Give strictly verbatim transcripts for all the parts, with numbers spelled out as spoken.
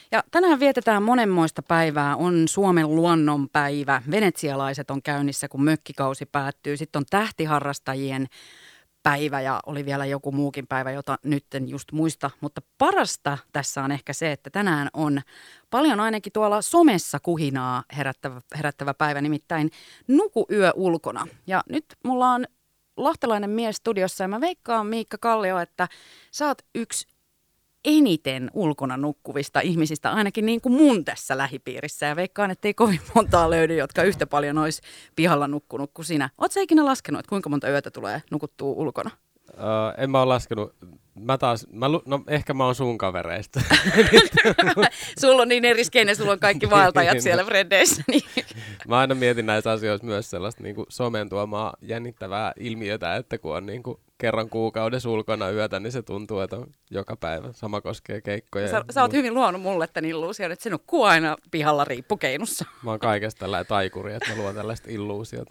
Ja tänään vietetään monenmoista päivää. On Suomen luonnonpäivä. Venetsialaiset on käynnissä, kun mökkikausi päättyy. Sitten on tähtiharrastajien päivä ja oli vielä joku muukin päivä, jota nyt en just muista. Mutta parasta tässä on ehkä se, että tänään on paljon ainakin tuolla somessa kuhinaa herättävä, herättävä päivä, nimittäin Nuku yö ulkona. Ja nyt mulla on lahtelainen mies studiossa ja mä veikkaan, Miikka Kallio, että sä oot yksi eniten ulkona nukkuvista ihmisistä, ainakin niin kuin mun tässä lähipiirissä. Ja veikkaan, että ei kovin montaa löydy, jotka yhtä paljon olisi pihalla nukkunut kuin sinä. Ootko sä ikinä laskenut, että kuinka monta yötä tulee nukuttua ulkona? Uh, en mä ole laskenut. Mä taas, mä, no ehkä mä oon sun kavereista. Sulla on niin eriskeinen, sulla on kaikki vaeltajat siellä Freddeissä. Niin. Mä aina mietin näissä asioissa myös sellaista niin kuin somen tuomaa jännittävää ilmiötä, että kun on niin kuin kerran kuukaudessa ulkona yötä, niin se tuntuu, että on joka päivä. Sama koskee keikkoja. Sä, sä oot hyvin luonut mulle tämän illuusion, että se nukkuu aina pihalla riippukeinussa. Mä oon kaikesta tällainen taikuri, että mä luon tällaista illuusiota.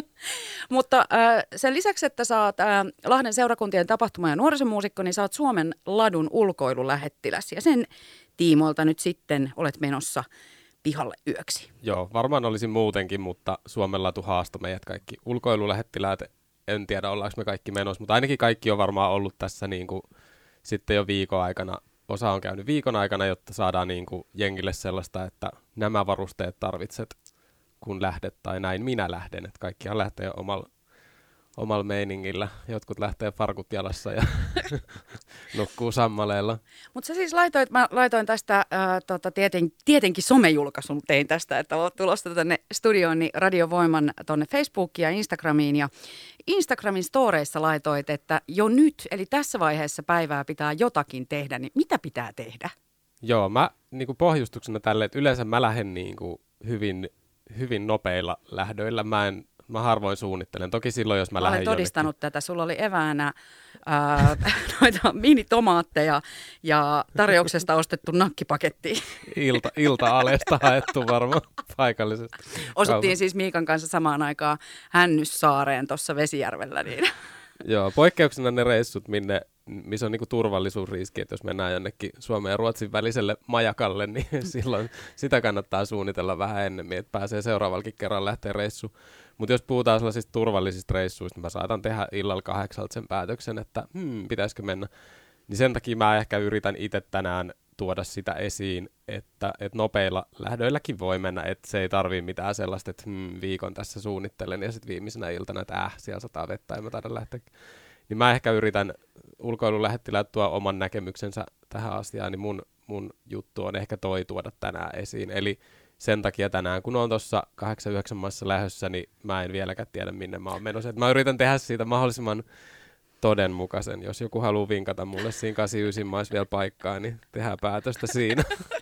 Mutta äh, sen lisäksi, että sä oot äh, Lahden seurakuntien tapahtuma- ja nuorisomuusikko, niin sä oot Suomen ladun ulkoilulähettiläs. Ja sen tiimoilta nyt sitten olet menossa pihalle yöksi. Joo, varmaan olisin muutenkin, mutta Suomen latu haastoi meidät kaikki ulkoilulähettiläät. En tiedä, ollaanko me kaikki menossa, mutta ainakin kaikki on varmaan ollut tässä niin kuin, sitten jo viikon aikana. Osa on käynyt viikon aikana, jotta saadaan niin kuin, jengille sellaista, että nämä varusteet tarvitset, kun lähdet, tai näin minä lähden. Että kaikkihan lähtee omalla omalla meiningillä. Jotkut lähtee farkut jalassa ja nukkuu sammaleella. Mutta sä siis laitoit, mä laitoin tästä, ää, tota, tieten, tietenkin somejulkaisun tein tästä, että olet tulossa tänne studioon, niin Radio Voiman tuonne Facebookiin ja Instagramiin. Ja Instagramin storeissa laitoit, että jo nyt, eli tässä vaiheessa päivää pitää jotakin tehdä, niin mitä pitää tehdä? Joo, mä niin kuin pohjustuksena tälle, että yleensä mä lähden niin kuin hyvin, hyvin nopeilla lähdöillä. Mä en Mä harvoin suunnittelen. Toki silloin, jos mä, mä lähden olen todistanut jonnekin. tätä. Sulla oli eväänä ää, noita minitomaatteja ja tarjouksesta ostettu nakkipaketti. Ilta, ilta-alesta haettu varmaan paikallisesti. Osuttiin Kaupan. siis Miikan kanssa samaan aikaan Hännyssaareen tuossa Vesijärvellä. Niin. Joo, poikkeuksena ne reissut, minne, missä on niinku turvallisuusriski, että jos mennään jonnekin Suomen ja Ruotsin väliselle majakalle, niin silloin sitä kannattaa suunnitella vähän ennemmin, että pääsee seuraavallakin kerran lähteä reissuun. Mutta jos puhutaan sellaisista turvallisista reissuista, niin mä saatan tehdä illalla kahdeksalta sen päätöksen, että hmm, pitäisikö mennä. Niin sen takia mä ehkä yritän itse tänään tuoda sitä esiin, että, että nopeilla lähdöilläkin voi mennä, että se ei tarvii mitään sellaista, että hmm, viikon tässä suunnittelen ja sitten viimeisenä iltana, että äh, siellä sataa vettä ja mä taidan lähteä. Niin mä ehkä yritän ulkoilulähettiläät tuoda oman näkemyksensä tähän asiaan, niin mun, mun juttu on ehkä toi tuoda tänään esiin. Eli sen takia tänään, kun on tuossa kahdeksan yhdeksän maassa lähdössä, niin mä en vieläkään tiedä, minne mä oon menossa. Et mä yritän tehdä siitä mahdollisimman todenmukaisen. Jos joku haluaa vinkata mulle siinä kahdeksankymmentäyhdeksän maissa vielä paikkaa, niin tehdään päätöstä siinä.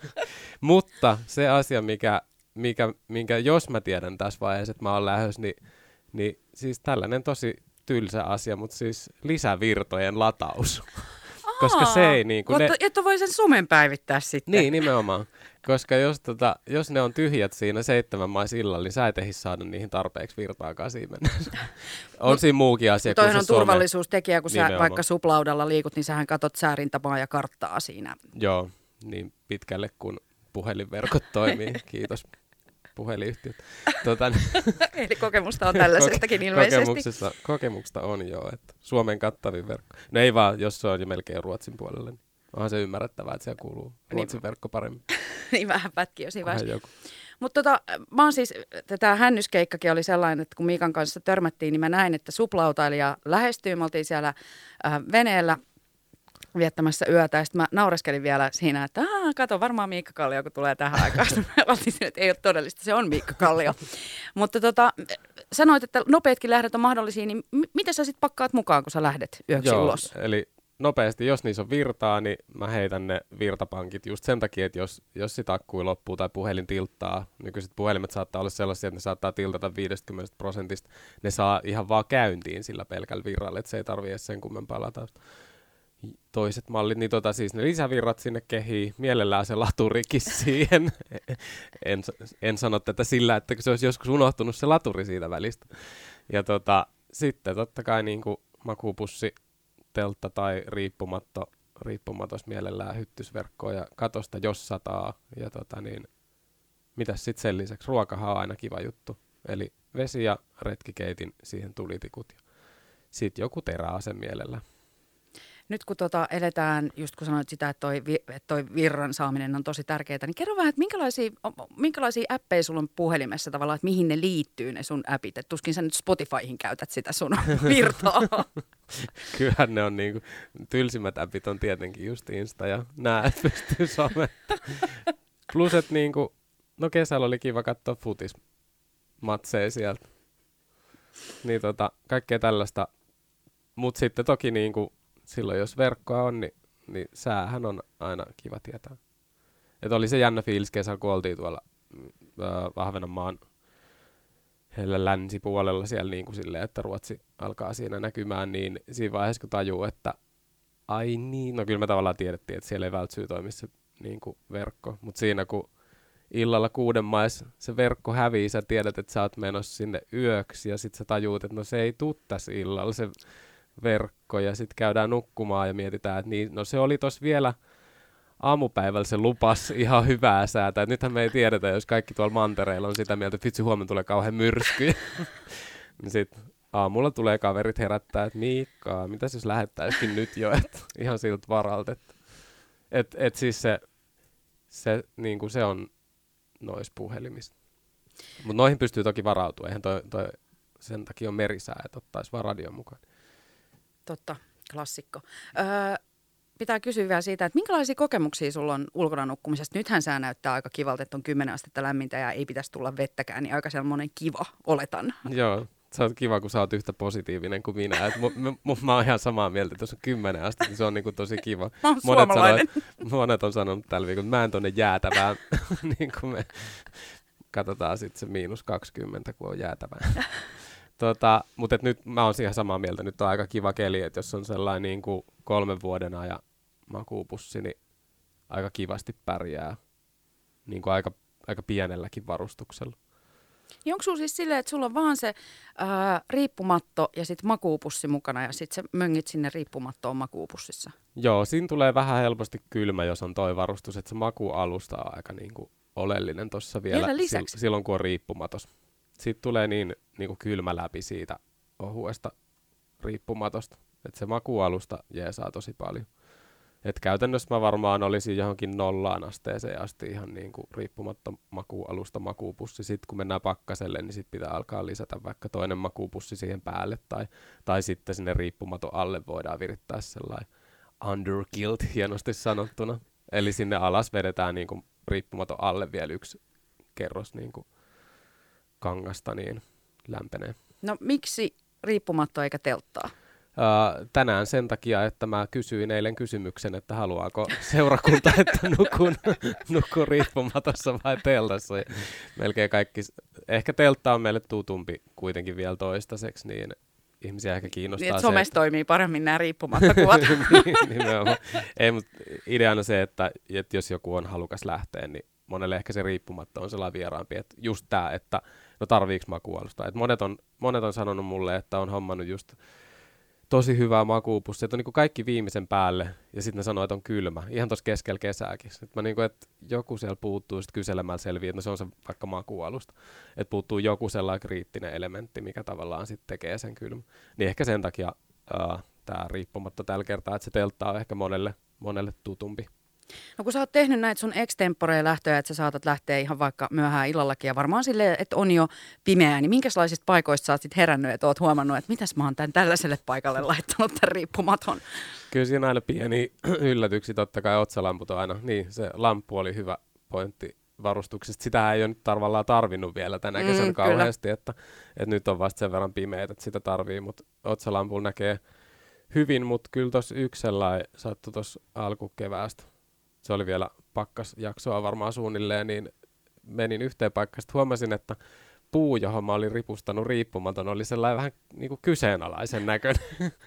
Mutta se asia, mikä, mikä, minkä jos mä tiedän tässä vaiheessa, että mä oon lähdössä, niin, niin siis tällainen tosi tylsä asia, mutta siis lisävirtojen lataus. Aa, koska se ei niin kuin ne... ne... Että voi sen somen päivittää sitten. Niin, nimenomaan. Koska jos, tota, jos ne on tyhjät siinä seitsemän mais illalla, niin sä et ehdi saada niihin tarpeeksi virtaakaan siinä mennessä. On Mut, siinä muukin asia. Toihan on turvallisuustekijä, kun nimenomaan. Sä vaikka suplaudalla liikut, niin sähän katot säärintamaa ja karttaa siinä. Joo, niin pitkälle kun puhelinverkot toimii. Kiitos puhelinyhtiöt. Tuota, Eli kokemusta on tällaisestakin ilmeisesti. Kokemuksessa, kokemuksesta on joo, että Suomen kattavin verkko. No ei vaan, jos se on jo melkein Ruotsin puolelle, niin onhan se ymmärrettävää, että siellä kuuluu Ruotsin niin, verkko paremmin. Niin vähän pätkiä siinä vaiheessa. Mutta tota, mä oon siis, tätä hännyskeikkakin oli sellainen, että kun Miikan kanssa törmättiin, niin mä näin, että suplautailija lähestyy. Me oltiin siellä äh, veneellä viettämässä yötä. Ja sitten mä naureskelin vielä siinä, että kato, varmaan Miikka Kallio, kun tulee tähän aikaan. Mä oltiin siinä, että ei ole todellista, se on Miikka Kallio. Mutta tota, sanoit, että nopeatkin lähdöt on mahdollisia, niin m- miten sä sitten pakkaat mukaan, kun sä lähdet yöksi Joo, ulos? Eli nopeasti, jos niissä on virtaa, niin mä heitän ne virtapankit just sen takia, että jos, jos sit akkui loppuu tai puhelin tilttaa, nykyiset puhelimet saattaa olla sellaisia, että ne saattaa tiltata viisikymmentä prosentista, ne saa ihan vaan käyntiin sillä pelkällä virralla, että se ei tarvitse edes sen kummempaa latausta. Toiset mallit, niin tota siis ne lisävirrat sinne kehiin, mielellään se laturikin siihen. en, en sano tätä sillä, että se olisi joskus unohtunut se laturi siitä välistä. Ja tota, sitten totta kai niin kuin makuupussi, teltta tai riippumatto riippumatos mielellään hyttysverkkoa ja katosta, jos sataa. Ja tota niin, mitäs sitten sen lisäksi? Ruokahan on aina kiva juttu. Eli vesi ja retkikeitin, siihen tulitikut ja sitten joku teräase mielellään. Nyt kun tota eletään, just kun sanoit sitä, että toi, vi, että toi virran saaminen on tosi tärkeää, niin kerro vähän, että minkälaisia, minkälaisia appeja sulla on puhelimessa tavallaan, että mihin ne liittyy ne sun appit, että tuskin sä nyt Spotifyhin käytät sitä sun virtaa. Kyllähän ne on niinku, tylsimmät appit on tietenkin just Insta ja nää, että pystyy sometta. Plus, että niinku, no kesällä oli kiva katsoa futismatseja sieltä. Niin tota, kaikkea tällaista. Mut sitten toki niinku, silloin jos verkkoa on, niin, niin säähän on aina kiva tietää. Et oli se jännä fiilis kesällä, kun oltiin tuolla äh, Ahvenanmaan länsipuolella siellä niin kuin silleen, että Ruotsi alkaa siinä näkymään, niin siinä vaiheessa kun tajuu, että ai niin, no kyllä me tavallaan tiedettiin, että siellä ei vältsyy toimi se niin kuin verkko, mutta siinä kun illalla kuuden maissa se verkko hävii, sä tiedät, että sä oot menossa sinne yöksi ja sit sä tajuut, että no se ei tuu tässä illalla se verkko ja sitten käydään nukkumaan ja mietitään, että niin, no se oli tossa vielä aamupäivällä se lupas ihan hyvää säätä. Et nythän me ei tiedetä, jos kaikki tuolla mantereilla on sitä mieltä, että vitsi huomenna tulee kauhean myrsky. Niin sitten aamulla tulee kaverit herättää, että Miikka, mitäs jos lähettäisikin nyt jo, että ihan siltä varalta. Että et, et siis se, se, niinku se on noissa puhelimissa. Mutta noihin pystyy toki varautua. Eihän toi, toi, sen takia on merisää, että ottaisi vaan radion mukaan. Totta, klassikko. Öö, pitää kysyä vielä siitä, että minkälaisia kokemuksia sulla on ulkona nukkumisesta? Nythän sää näyttää aika kivalta, että on kymmenen astetta lämmintä ja ei pitäisi tulla vettäkään, niin aika sellainen kiva, oletan. Joo, se on kiva, kun sä oot yhtä positiivinen kuin minä. Et mu, mu, mä oon ihan samaa mieltä, että jos on kymmenen astetta, niin se on niinku tosi kiva. Mä oon monet suomalainen. Sanoo, monet on sanonut tällä viikolla, että mä en tonne jäätävään, niin kuin me katsotaan sitten se miinus kaksikymmentä, kun on jäätävää. Tota, mutta nyt mä oon siihen samaa mieltä. Nyt on aika kiva keli, että jos on sellainen niin kuin kolmen vuoden ajan makuupussi, niin aika kivasti pärjää niin kuin aika, aika pienelläkin varustuksella. Niin onko sulla siis silleen, että sulla on vaan se ää, riippumatto ja sitten makuupussi mukana ja sitten sä möngit sinne riippumattoon makuupussissa? Joo, siinä tulee vähän helposti kylmä, jos on toi varustus, että se makuualusta on aika niin kuin oleellinen tuossa vielä, vielä lisäksi. Sil- silloin, kun on riippumatos. Sitten tulee niin, niin kuin kylmä läpi siitä ohuesta riippumatosta, että se makuualusta jeesaa tosi paljon. Et käytännössä mä varmaan olisin johonkin nollaan asteeseen asti ihan niin kuin riippumatta makuualusta makuupussi. Sitten kun mennään pakkaselle, niin sit pitää alkaa lisätä vaikka toinen makuupussi siihen päälle. Tai, tai sitten sinne riippumaton alle voidaan virittää sellainen underkilt hienosti sanottuna. Eli sinne alas vedetään niin kuin riippumaton alle vielä yksi kerros niin kuin kangasta, niin lämpenee. No miksi riippumatto eikä telttaa? Uh, tänään sen takia, että mä kysyin eilen kysymyksen, että haluaako seurakunta, että nukun, nukun riippumatossa vai teltassa. Ja melkein kaikki, ehkä teltta on meille tutumpi kuitenkin vielä toistaiseksi, niin ihmisiä ehkä kiinnostaa niin, se. Somessa että toimii paremmin nämä riippumattokuvat. niin, Ei, mutta ideana se, että, että jos joku on halukas lähteä, niin monelle ehkä se riippumatta on sellainen vieraampi, että just tämä, että no tarviiks makuualusta. Et monet, on, monet on sanonut mulle, että on hommannut just tosi hyvää makuupussia, että on niin kuin kaikki viimeisen päälle, ja sitten ne sanoo, että on kylmä, ihan tuossa keskellä kesääkin. Sitten mä niin kuin, että joku siellä puuttuu sitten kyselemään selviä, että no se on se vaikka makuualusta. Että puuttuu joku sellainen kriittinen elementti, mikä tavallaan sitten tekee sen kylmä. Niin ehkä sen takia uh, tämä riippumatta tällä kertaa, että se teltta on ehkä monelle, monelle tutumpi. No kun sä oot tehnyt näitä sun extemporeja lähtöjä, että sä saatat lähteä ihan vaikka myöhään illallakin ja varmaan silleen, että on jo pimeää, niin minkälaisista paikoista sä oot sit herännyt, että oot huomannut, että mitäs mä oon tän tällaiselle paikalle laittanut tämän riippumaton? Kyllä siinä aina pieni yllätyksiä, totta kai otsalamput on aina, niin se lamppu oli hyvä pointti varustuksesta. Sitä ei ole nyt tavallaan tarvinnut vielä tänä kesänä mm, kauheasti, että, että nyt on vasta sen verran pimeät, että sitä tarvii, mutta otsalampulla näkee hyvin, mutta kyllä tuossa yksi sellainen sattui tuossa alkukeväästä. Se oli vielä pakkasjaksoa varmaan suunnilleen, niin menin yhteen paikkaan. Sitten huomasin, että puu, johon mä olin ripustanut riippumaton, oli sellainen vähän niin kuin kyseenalaisen näköinen.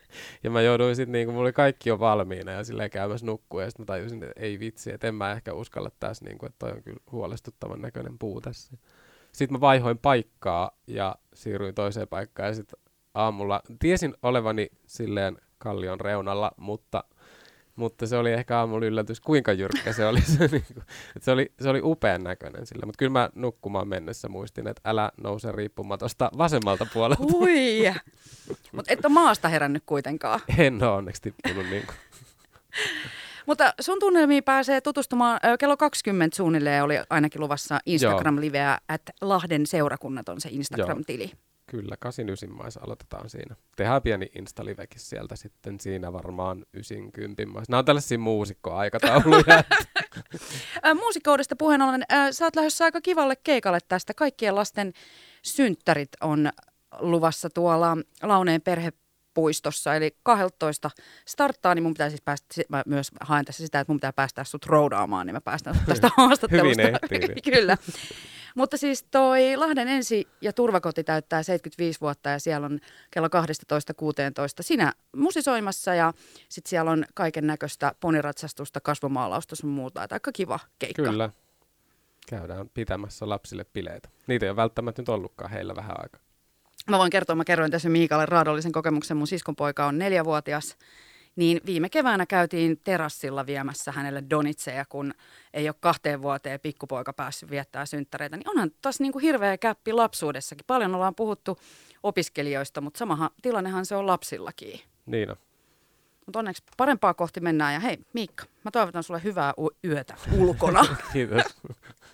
Ja mä jouduin sitten, niin kuin mulla oli kaikki jo valmiina ja silleen käymässä nukkua. Ja sitten mä tajusin, että ei vitsi, että en mä ehkä uskalla tässä, niin kuin, että toi on kyllä huolestuttavan näköinen puu tässä. Sitten mä vaihoin paikkaa ja siirryin toiseen paikkaan. Ja sitten aamulla tiesin olevani silleen kallion reunalla, mutta mutta se oli ehkä aamulla yllätys, kuinka jyrkkä se oli. Se, niin kuin, että se, oli se oli upean näköinen sillä, mutta kyllä mä nukkumaan mennessä muistin, että älä nouse riippumatosta vasemmalta puolelta. Hui! Mutta et ole maasta herännyt kuitenkaan. En ole onneksi tippunut niin kuin. Mutta sun tunnelmiin pääsee tutustumaan ö, kello kaksikymmentä suunnilleen, oli ainakin luvassa Instagram-liveä, että Lahden seurakunnat on se Instagram-tili. Joo. Kyllä, kahdeksankymmentäyhdeksän maissa aloitetaan siinä. Tehdään pieni Insta-livekin sieltä sitten siinä varmaan yhdeksänkymmentä maissa. Nämä on tällaisia muusikkoaikatauluja. Muusikkoudesta puheen ollen, äh, sä oot lähdössä aika kivalle keikalle tästä. Kaikkien lasten synttärit on luvassa tuolla Launeen perhepuistossa, eli kaksitoista starttaa, niin mun pitää siis päästä, mä myös haen tässä sitä, että mun pitää päästä sut roudaamaan, niin mä päästän sut tästä haastattelusta. Hyvin ehtii. Kyllä. Mutta siis toi Lahden ensi- ja turvakoti täyttää seitsemänkymmentäviisi vuotta ja siellä on kello kaksitoista kuusitoista sinä musisoimassa ja sitten siellä on kaiken näköistä poniratsastusta, kasvomaalausta sun muuta. Että aika kiva keikka. Kyllä. Käydään pitämässä lapsille bileitä. Niitä ei ole välttämättä nyt ollutkaan heillä vähän aikaa. Mä voin kertoa, mä kerroin tässä Miikalle raadollisen kokemuksen. Mun siskonpoika on neljävuotias. Niin viime keväänä käytiin terassilla viemässä hänelle donitseja, kun ei ole kahteen vuoteen pikkupoika päässyt viettää synttäreitä. Niin onhan taas niin kuin hirveä käppi lapsuudessakin. Paljon ollaan puhuttu opiskelijoista, mutta samahan tilannehan se on lapsillakin. Niin on. Mutta onneksi parempaa kohti mennään. Ja hei Miikka, mä toivotan sulle hyvää u- yötä ulkona. Kiitos.